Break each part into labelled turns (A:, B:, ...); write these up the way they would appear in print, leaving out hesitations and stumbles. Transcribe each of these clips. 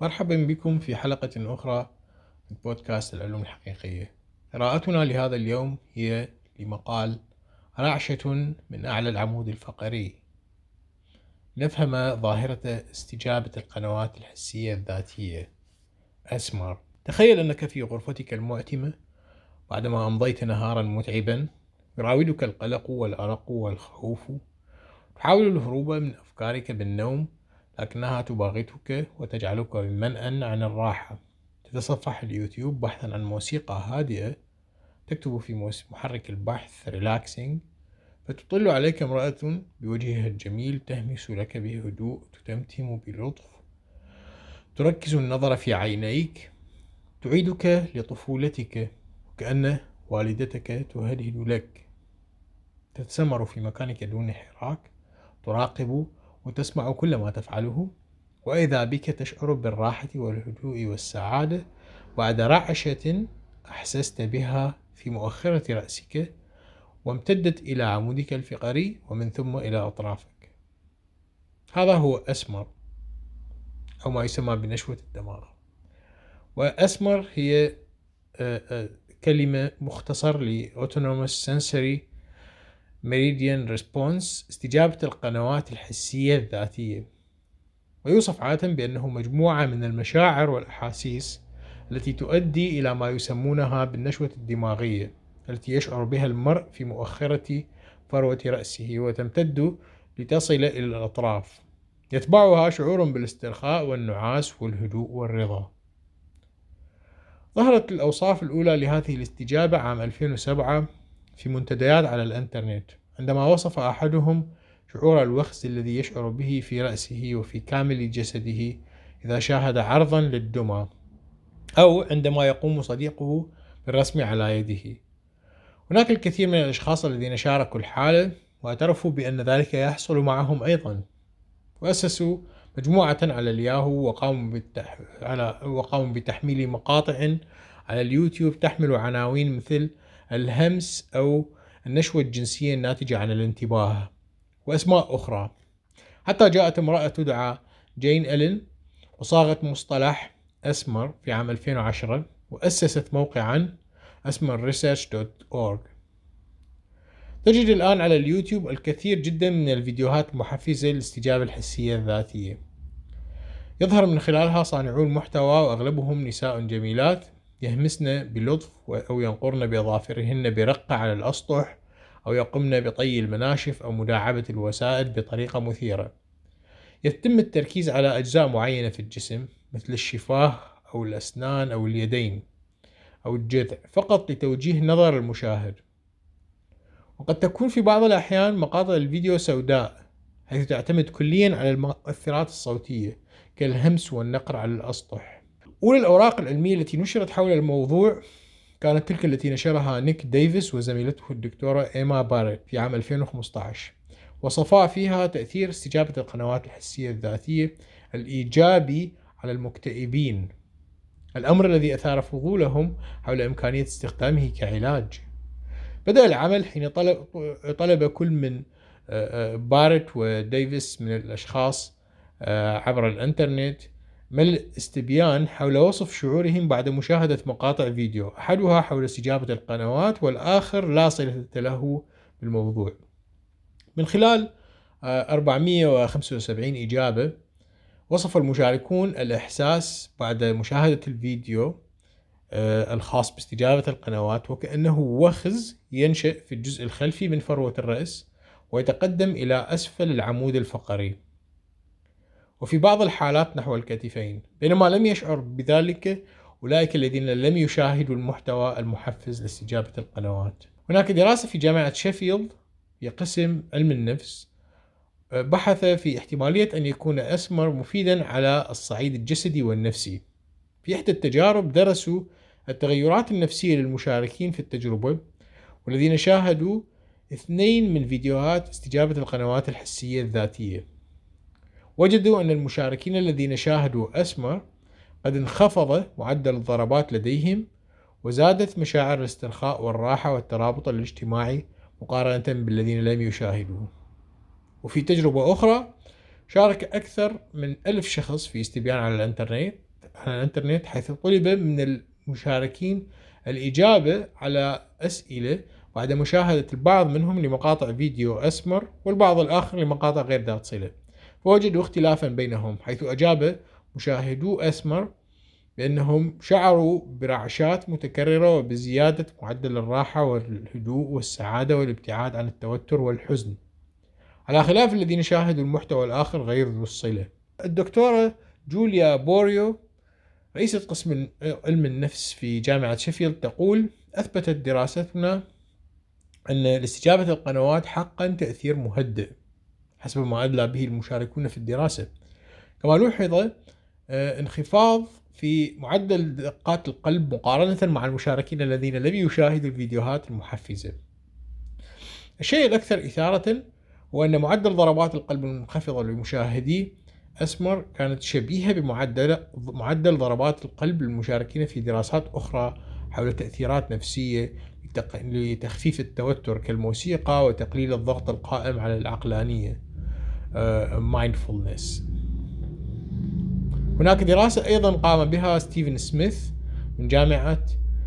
A: مرحبا بكم في حلقة أخرى من بودكاست العلوم الحقيقية. قراءتنا لهذا اليوم هي لمقال رعشة من أعلى العمود الفقري. نفهم ظاهرة استجابة القنوات الحسية الذاتية أسمر. تخيل أنك في غرفتك المعتمة بعدما أمضيت نهارا متعبا، يراودك القلق والأرق والخوف. تحاول الهروب من أفكارك بالنوم، لكنها تباغتك وتجعلك منأى عن الراحة. تتصفح اليوتيوب بحثا عن موسيقى هادئة، تكتب في محرك البحث ريلاكسينج، فتطل عليك امرأة بوجهها الجميل تهمس لك بهدوء، تتمتم بلطف، تركز النظر في عينيك، تعيدك لطفولتك وكأن والدتك تهدهد لك. تتسمر في مكانك دون حراك، تراقب وتسمع كل ما تفعله، وإذا بك تشعر بالراحة والهدوء والسعادة بعد رعشة أحسست بها في مؤخرة رأسك وامتدت إلى عمودك الفقري ومن ثم إلى أطرافك. هذا هو أسمر، أو ما يسمى بنشوة الدماغ. وأسمر هي كلمة مختصر ل Autonomous Sensory Meridian Response، استجابة القنوات الحسية الذاتية. ويوصف عادة بأنه مجموعة من المشاعر والأحاسيس التي تؤدي إلى ما يسمونها بالنشوة الدماغية، التي يشعر بها المرء في مؤخرة فروة رأسه وتمتد لتصل إلى الأطراف. يتبعها شعور بالاسترخاء والنعاس والهدوء والرضا. ظهرت الأوصاف الأولى لهذه الاستجابة عام 2007 في منتديات على الإنترنت، عندما وصف أحدهم شعور الوخز الذي يشعر به في رأسه وفي كامل جسده إذا شاهد عرضا للدمى، أو عندما يقوم صديقه بالرسم على يده. هناك الكثير من الأشخاص الذين شاركوا الحالة واعترفوا بأن ذلك يحصل معهم أيضا، وأسسوا مجموعة على الياهو وقاموا بتحميل مقاطع على اليوتيوب تحمل عناوين مثل الهمس أو النشوة الجنسية الناتجة عن الانتباه وأسماء أخرى. حتى جاءت امرأة تدعى جين ألين وصاغت مصطلح أسمر في عام 2010 وأسست موقعا asmerresearch.org. تجد الآن على اليوتيوب الكثير جدا من الفيديوهات المحفزة للاستجابة الحسية الذاتية، يظهر من خلالها صانعون محتوى وأغلبهم نساء جميلات يهمسن بلطف أو ينقرن بأظافرهن برقة على الأسطح، أو يقمن بطي المناشف أو مداعبة الوسائد بطريقة مثيرة. يتم التركيز على أجزاء معينة في الجسم مثل الشفاه أو الأسنان أو اليدين أو الجذع فقط لتوجيه نظر المشاهد. وقد تكون في بعض الأحيان مقاطع الفيديو سوداء، حيث تعتمد كليا على المؤثرات الصوتية كالهمس والنقر على الأسطح. أولى الأوراق العلمية التي نشرت حول الموضوع كانت تلك التي نشرها نيك ديفيس وزميلته الدكتورة إيما باريت في عام 2015، وصفا فيها تأثير استجابة القنوات الحسية الذاتية الإيجابي على المكتئبين، الأمر الذي أثار فضولهم حول إمكانية استخدامه كعلاج. بدأ العمل حين طلب كل من باريت وديفيس من الأشخاص عبر الإنترنت ملء استبيان حول وصف شعورهم بعد مشاهدة مقاطع فيديو، أحدها حول استجابة القنوات والآخر لا صلة له بالموضوع. من خلال 475 إجابة، وصف المشاركون الإحساس بعد مشاهدة الفيديو الخاص باستجابة القنوات وكأنه وخز ينشأ في الجزء الخلفي من فروة الرأس ويتقدم إلى أسفل العمود الفقري، وفي بعض الحالات نحو الكتفين، بينما لم يشعر بذلك أولئك الذين لم يشاهدوا المحتوى المحفز لاستجابة القنوات. هناك دراسة في جامعة شيفيلد في قسم علم النفس بحث في احتمالية أن يكون أسمر مفيدا على الصعيد الجسدي والنفسي. في إحدى التجارب درسوا التغيرات النفسية للمشاركين في التجربة والذين شاهدوا 2 من فيديوهات استجابة القنوات الحسية الذاتية. وجدوا أن المشاركين الذين شاهدوا أسمر قد انخفض معدل الضربات لديهم، وزادت مشاعر الاسترخاء والراحة والترابط الاجتماعي مقارنة بالذين لم يشاهدوه. وفي تجربة أخرى شارك أكثر من 1000 شخص في استبيان على الإنترنت على الإنترنت، حيث طلب من المشاركين الإجابة على أسئلة بعد مشاهدة البعض منهم لمقاطع فيديو أسمر والبعض الآخر لمقاطع غير ذات صلة، فوجدوا اختلافا بينهم، حيث أجاب مشاهدو أسمر بأنهم شعروا برعشات متكررة وبزيادة معدل الراحة والهدوء والسعادة والابتعاد عن التوتر والحزن، على خلاف الذين شاهدوا المحتوى الآخر غير ذو الصلة. الدكتورة جوليا بوريو رئيسة قسم علم النفس في جامعة شيفيلد تقول: أثبتت دراستنا أن لاستجابة القنوات حقا تأثير مهدئ حسب ما أدلى به المشاركون في الدراسة. كما لوحظ انخفاض في معدل دقات القلب مقارنة مع المشاركين الذين لم يشاهدوا الفيديوهات المحفزة. الشيء الأكثر إثارة هو أن معدل ضربات القلب المنخفضة لمشاهدي أسمر كانت شبيهة بمعدل ضربات القلب للمشاركين في دراسات أخرى حول تأثيرات نفسية لتخفيف التوتر كالموسيقى وتقليل الضغط القائم على العقلانية mindfulness. هناك دراسة أيضا قام بها ستيفن سميث من جامعة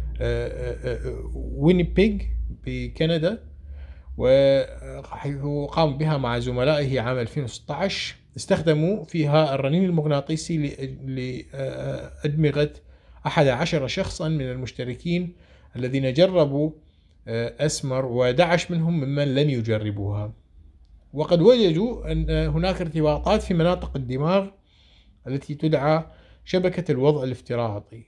A: وينيبيغ بكندا، وحيث قام بها مع زملائه عام 2016. استخدموا فيها الرنين المغناطيسي لأدمغة 11 شخصا من المشتركين الذين جربوا أسمر و11 منهم ممن لم يجربوها، وقد وجدوا أن هناك ارتباطات في مناطق الدماغ التي تدعى شبكة الوضع الافتراضي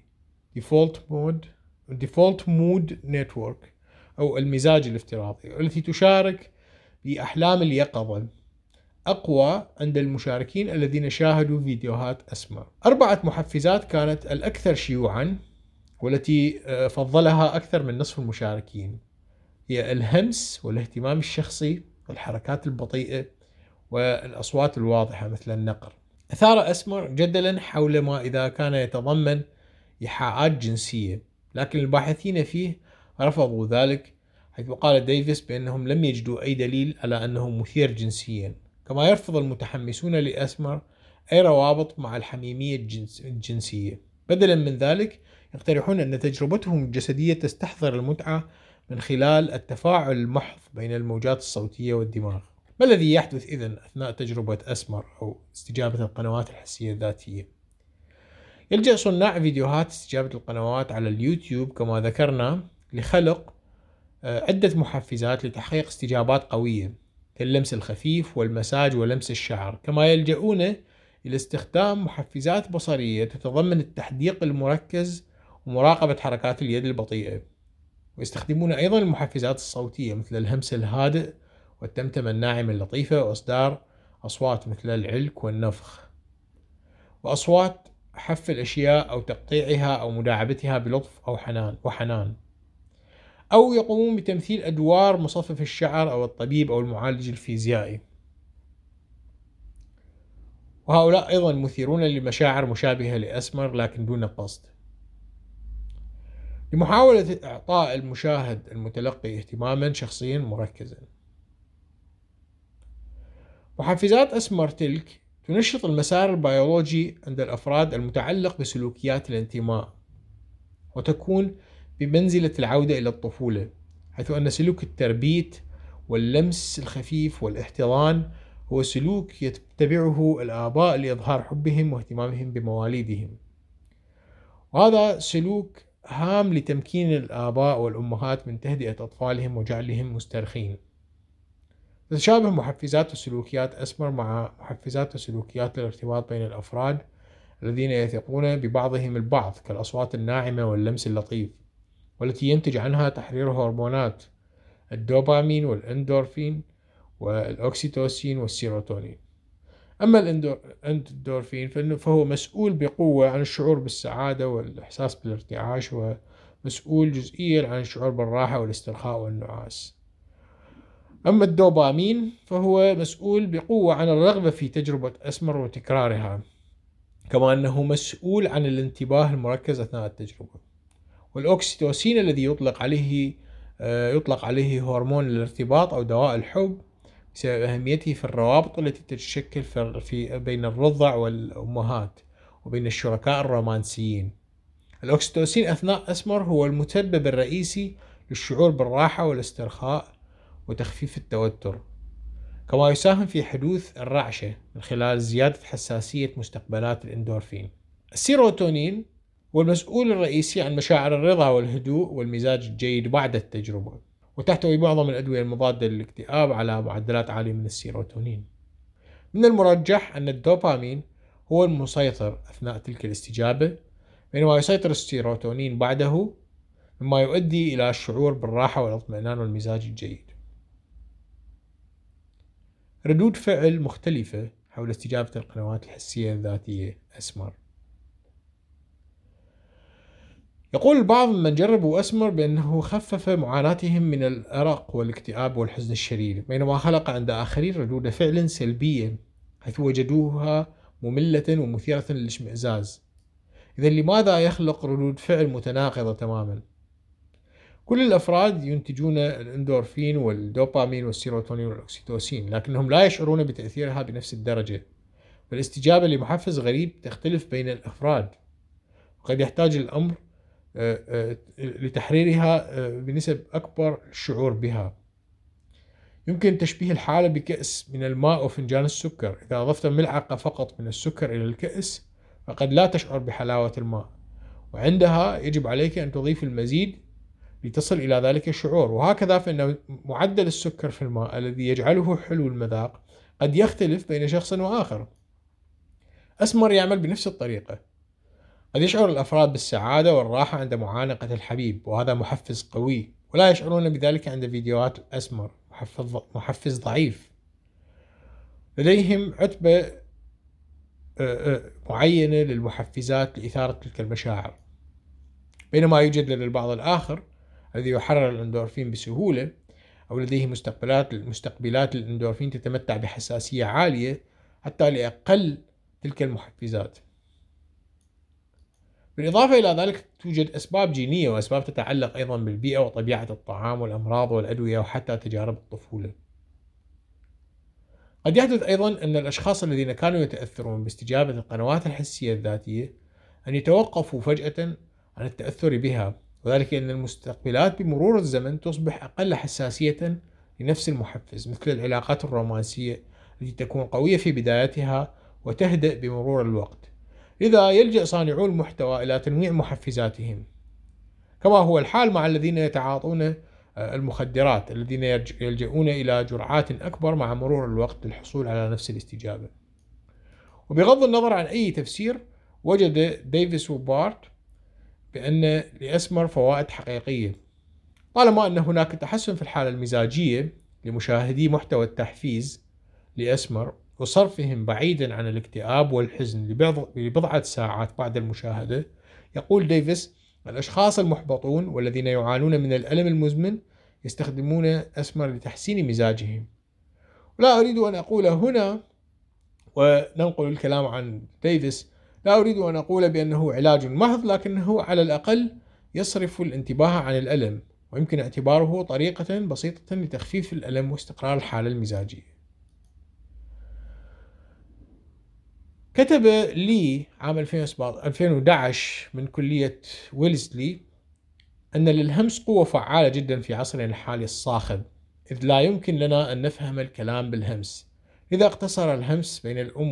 A: Default Mood Network أو المزاج الافتراضي، التي تشارك بأحلام اليقظة أقوى عند المشاركين الذين شاهدوا فيديوهات أسمر. 4 محفزات كانت الأكثر شيوعا والتي فضلها أكثر من نصف المشاركين، هي الهمس والاهتمام الشخصي والحركات البطيئة والأصوات الواضحة مثل النقر. أثار أسمر جدلا حول ما إذا كان يتضمن إيحاءات جنسية، لكن الباحثين فيه رفضوا ذلك، حيث قال ديفيس بأنهم لم يجدوا أي دليل على أنه مثير جنسيا. كما يرفض المتحمسون لأسمر أي روابط مع الحميمية الجنسية، بدلا من ذلك يقترحون أن تجربتهم الجسدية تستحضر المتعة من خلال التفاعل المحض بين الموجات الصوتية والدماغ. ما الذي يحدث إذن أثناء تجربة أسمر أو استجابة القنوات الحسية الذاتية؟ يلجأ صناع فيديوهات استجابة القنوات على اليوتيوب كما ذكرنا لخلق عدة محفزات لتحقيق استجابات قوية كاللمس الخفيف والمساج ولمس الشعر. كما يلجؤون إلى استخدام محفزات بصرية تتضمن التحديق المركز ومراقبة حركات اليد البطيئة، ويستخدمون أيضا المحفزات الصوتية مثل الهمس الهادئ والتمتمة الناعمة اللطيفة وإصدار أصوات مثل العلك والنفخ، وأصوات حف الأشياء أو تقطيعها أو مداعبتها بلطف أو حنان، أو يقومون بتمثيل أدوار مصفف الشعر أو الطبيب أو المعالج الفيزيائي. وهؤلاء أيضا مثيرون لمشاعر مشابهة لأسمر لكن دون قصد، لمحاولة إعطاء المشاهد المتلقي اهتماما شخصيا مركزا. محفزات أسمر تلك تنشط المسار البيولوجي عند الأفراد المتعلق بسلوكيات الانتماء، وتكون بمنزلة العودة إلى الطفولة، حيث أن سلوك التربيت واللمس الخفيف والاحتضان هو سلوك يتبعه الآباء لإظهار حبهم واهتمامهم بمواليدهم، وهذا سلوك هام لتمكين الآباء والأمهات من تهدئة أطفالهم وجعلهم مسترخين. تتشابه محفزات وسلوكيات أسمر مع محفزات وسلوكيات الارتباط بين الأفراد الذين يثقون ببعضهم البعض كالأصوات الناعمة واللمس اللطيف، والتي ينتج عنها تحرير هرمونات الدوبامين والإندورفين والأوكسيتوسين والسيروتونين. أما الإندورفين فهو مسؤول بقوة عن الشعور بالسعادة والإحساس بالارتعاش، ومسؤول جزئيا عن الشعور بالراحة والاسترخاء والنعاس. أما الدوبامين فهو مسؤول بقوة عن الرغبة في تجربة أسمر وتكرارها، كما أنه مسؤول عن الانتباه المركز أثناء التجربة. والأوكسيتوسين الذي يطلق عليه هرمون الارتباط أو دواء الحب بسبب أهميته في الروابط التي تتشكل بين الرضع والأمهات، وبين الشركاء الرومانسيين. الأكسيتوسين أثناء أسمر هو المسبب الرئيسي للشعور بالراحة والاسترخاء وتخفيف التوتر، كما يساهم في حدوث الرعشة من خلال زيادة حساسية مستقبلات الإندورفين. السيروتونين هو المسؤول الرئيسي عن مشاعر الرضا والهدوء والمزاج الجيد بعد التجربة، وتحتوي معظم الأدوية المضادة للاكتئاب على معدلات عالية من السيروتونين. من المرجح أن الدوبامين هو المسيطر أثناء تلك الاستجابة، بينما يسيطر السيروتونين بعده، مما يؤدي إلى الشعور بالراحة والاطمئنان والمزاج الجيد. ردود فعل مختلفة حول استجابة القنوات الحسية الذاتية أسمر. يقول البعض من جربوا أسمر بأنه خفف معاناتهم من الأرق والاكتئاب والحزن الشديد، بينما خلق عند آخرين ردود فعل سلبية حيث وجدوها مملة ومثيرة للاشمئزاز. إذن لماذا يخلق ردود فعل متناقضة تماما؟ كل الأفراد ينتجون الإندورفين والدوبامين والسيروتونين والأكسيتوسين، لكنهم لا يشعرون بتأثيرها بنفس الدرجة، فالاستجابة لمحفز غريب تختلف بين الأفراد، وقد يحتاج الأمر لتحريرها بنسب أكبر الشعور بها. يمكن تشبيه الحالة بكأس من الماء وفنجان السكر. إذا أضفت ملعقة فقط من السكر إلى الكأس فقد لا تشعر بحلاوة الماء، وعندها يجب عليك أن تضيف المزيد لتصل إلى ذلك الشعور. وهكذا فإن معدل السكر في الماء الذي يجعله حلو المذاق قد يختلف بين شخص وآخر. أسمر يعمل بنفس الطريقة. قد يشعر الأفراد بالسعادة والراحة عند معانقة الحبيب، وهذا محفز قوي، ولا يشعرون بذلك عند فيديوهات الأسمر، محفز ضعيف. لديهم عتبة معينة للمحفزات لإثارة تلك المشاعر، بينما يوجد لدى البعض الآخر الذي يحرر الإندورفين بسهولة، أو لديه مستقبلات الإندورفين تتمتع بحساسية عالية حتى لأقل تلك المحفزات. بالإضافة إلى ذلك توجد أسباب جينية وأسباب تتعلق أيضا بالبيئة وطبيعة الطعام والأمراض والأدوية وحتى تجارب الطفولة. قد يحدث أيضا أن الأشخاص الذين كانوا يتأثرون باستجابة القنوات الحسية الذاتية أن يتوقفوا فجأة عن التأثر بها، وذلك أن المستقبلات بمرور الزمن تصبح أقل حساسية لنفس المحفز، مثل العلاقات الرومانسية التي تكون قوية في بدايتها وتهدأ بمرور الوقت. لذا يلجأ صانعو المحتوى إلى تنويع محفزاتهم، كما هو الحال مع الذين يتعاطون المخدرات الذين يلجؤون إلى جرعات أكبر مع مرور الوقت للحصول على نفس الاستجابة. وبغض النظر عن أي تفسير، وجد ديفيس وبارت بأن لأسمر فوائد حقيقية، طالما أن هناك تحسن في الحالة المزاجية لمشاهدي محتوى التحفيز لأسمر وصرفهم بعيدا عن الاكتئاب والحزن لبضعة ساعات بعد المشاهدة. يقول ديفيس: الأشخاص المحبطون والذين يعانون من الألم المزمن يستخدمون أسمر لتحسين مزاجهم. ولا أريد أن أقول هنا، وننقل الكلام عن ديفيس، لا أريد أن أقول بأنه علاج محض، لكنه على الأقل يصرف الانتباه عن الألم، ويمكن اعتباره طريقة بسيطة لتخفيف الألم واستقرار الحالة المزاجية. كتب لي عام 2011 من كلية ويلزلي أن للهمس قوة فعالة جدا في عصرنا الحالي الصاخب، إذ لا يمكن لنا أن نفهم الكلام بالهمس. إذا اقتصر الهمس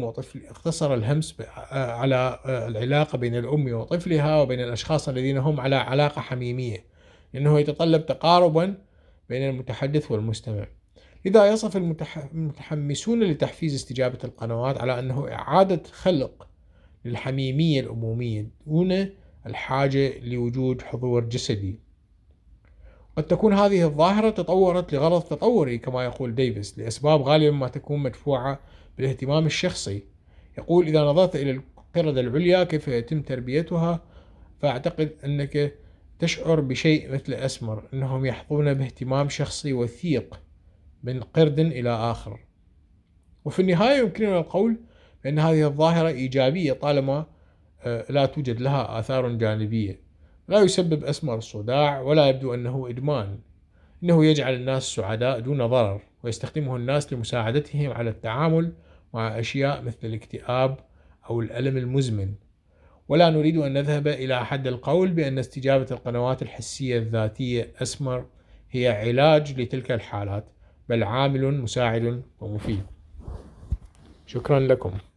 A: على العلاقة بين الأم وطفلها وبين الأشخاص الذين هم على علاقة حميمية، لأنه يتطلب تقاربا بين المتحدث والمستمع. لذا يصف المتحمسون لتحفيز استجابة القنوات على أنه إعادة خلق للحميمية الأمومية دون الحاجة لوجود حضور جسدي. قد تكون هذه الظاهرة تطورت لغرض تطوري كما يقول ديفيس، لأسباب غالبا ما تكون مدفوعة بالاهتمام الشخصي. يقول: إذا نظرت إلى القردة العليا كيف يتم تربيتها، فأعتقد أنك تشعر بشيء مثل أسمر، أنهم يحظون باهتمام شخصي وثيق من قرد إلى آخر. وفي النهاية يمكننا القول بأن هذه الظاهرة إيجابية طالما لا توجد لها آثار جانبية. لا يسبب أسمر الصداع ولا يبدو أنه إدمان، إنه يجعل الناس سعداء دون ضرر، ويستخدمه الناس لمساعدتهم على التعامل مع أشياء مثل الاكتئاب أو الألم المزمن، ولا نريد أن نذهب إلى حد القول بأن استجابة القنوات الحسية الذاتية أسمر هي علاج لتلك الحالات، بل عامل مساعد ومفيد. شكرا لكم.